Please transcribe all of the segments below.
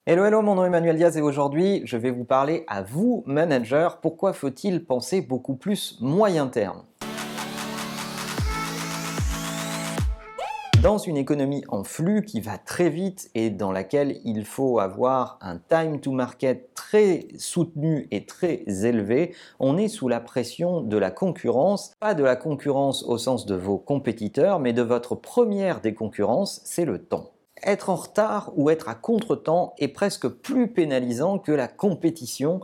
Hello, hello, mon nom est Emmanuel Diaz et aujourd'hui, je vais vous parler à vous, manager, pourquoi faut-il penser beaucoup plus moyen terme? Dans une économie en flux qui va très vite et dans laquelle il faut avoir un time to market très soutenu et très élevé, on est sous la pression de la concurrence, pas de la concurrence au sens de vos compétiteurs, mais de votre première des concurrences, c'est le temps. Être en retard ou être à contre-temps est presque plus pénalisant que la compétition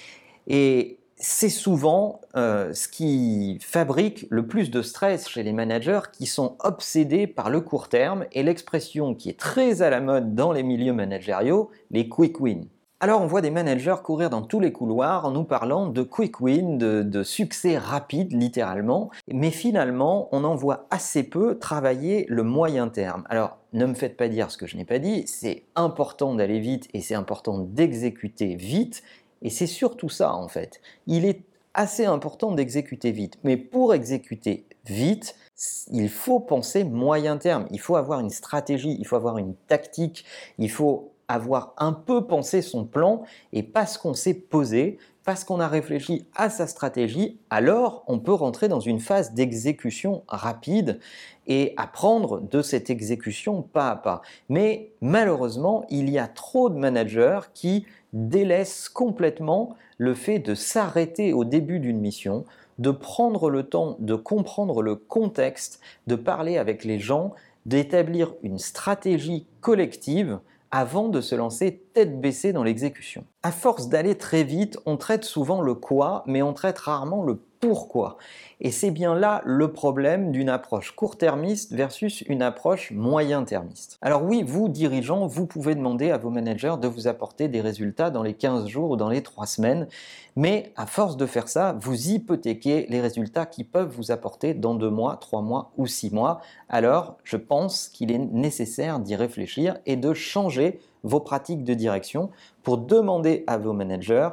et c'est souvent ce qui fabrique le plus de stress chez les managers qui sont obsédés par le court terme et l'expression qui est très à la mode dans les milieux managériaux, les quick wins. Alors on voit des managers courir dans tous les couloirs en nous parlant de quick win, de succès rapide littéralement, mais finalement on en voit assez peu travailler le moyen terme. Alors ne me faites pas dire ce que je n'ai pas dit, c'est important d'aller vite et c'est important d'exécuter vite, et c'est surtout ça en fait. Il est assez important d'exécuter vite, mais pour exécuter vite, il faut penser moyen terme, il faut avoir une stratégie, il faut avoir une tactique, il faut avoir un peu pensé son plan et parce qu'on s'est posé, parce qu'on a réfléchi à sa stratégie, alors on peut rentrer dans une phase d'exécution rapide et apprendre de cette exécution pas à pas. Mais malheureusement, il y a trop de managers qui délaissent complètement le fait de s'arrêter au début d'une mission, de prendre le temps de comprendre le contexte, de parler avec les gens, d'établir une stratégie collective avant de se lancer tête baissée dans l'exécution. À force d'aller très vite, on traite souvent le quoi, mais on traite rarement le pourquoi. Et c'est bien là le problème d'une approche court-termiste versus une approche moyen-termiste. Alors oui, vous, dirigeants, vous pouvez demander à vos managers de vous apporter des résultats dans les 15 jours ou dans les 3 semaines, mais à force de faire ça, vous hypothéquez les résultats qu'ils peuvent vous apporter dans 2 mois, 3 mois ou 6 mois. Alors, je pense qu'il est nécessaire d'y réfléchir et de changer vos pratiques de direction pour demander à vos managers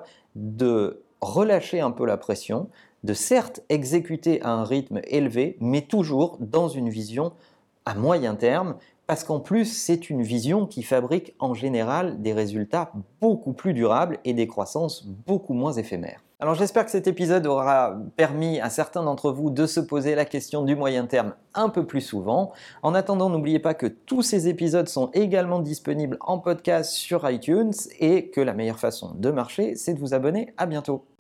de relâcher un peu la pression, de certes exécuter à un rythme élevé, mais toujours dans une vision à moyen terme, parce qu'en plus, c'est une vision qui fabrique en général des résultats beaucoup plus durables et des croissances beaucoup moins éphémères. Alors j'espère que cet épisode aura permis à certains d'entre vous de se poser la question du moyen terme un peu plus souvent. En attendant, n'oubliez pas que tous ces épisodes sont également disponibles en podcast sur iTunes et que la meilleure façon de marcher, c'est de vous abonner. À bientôt.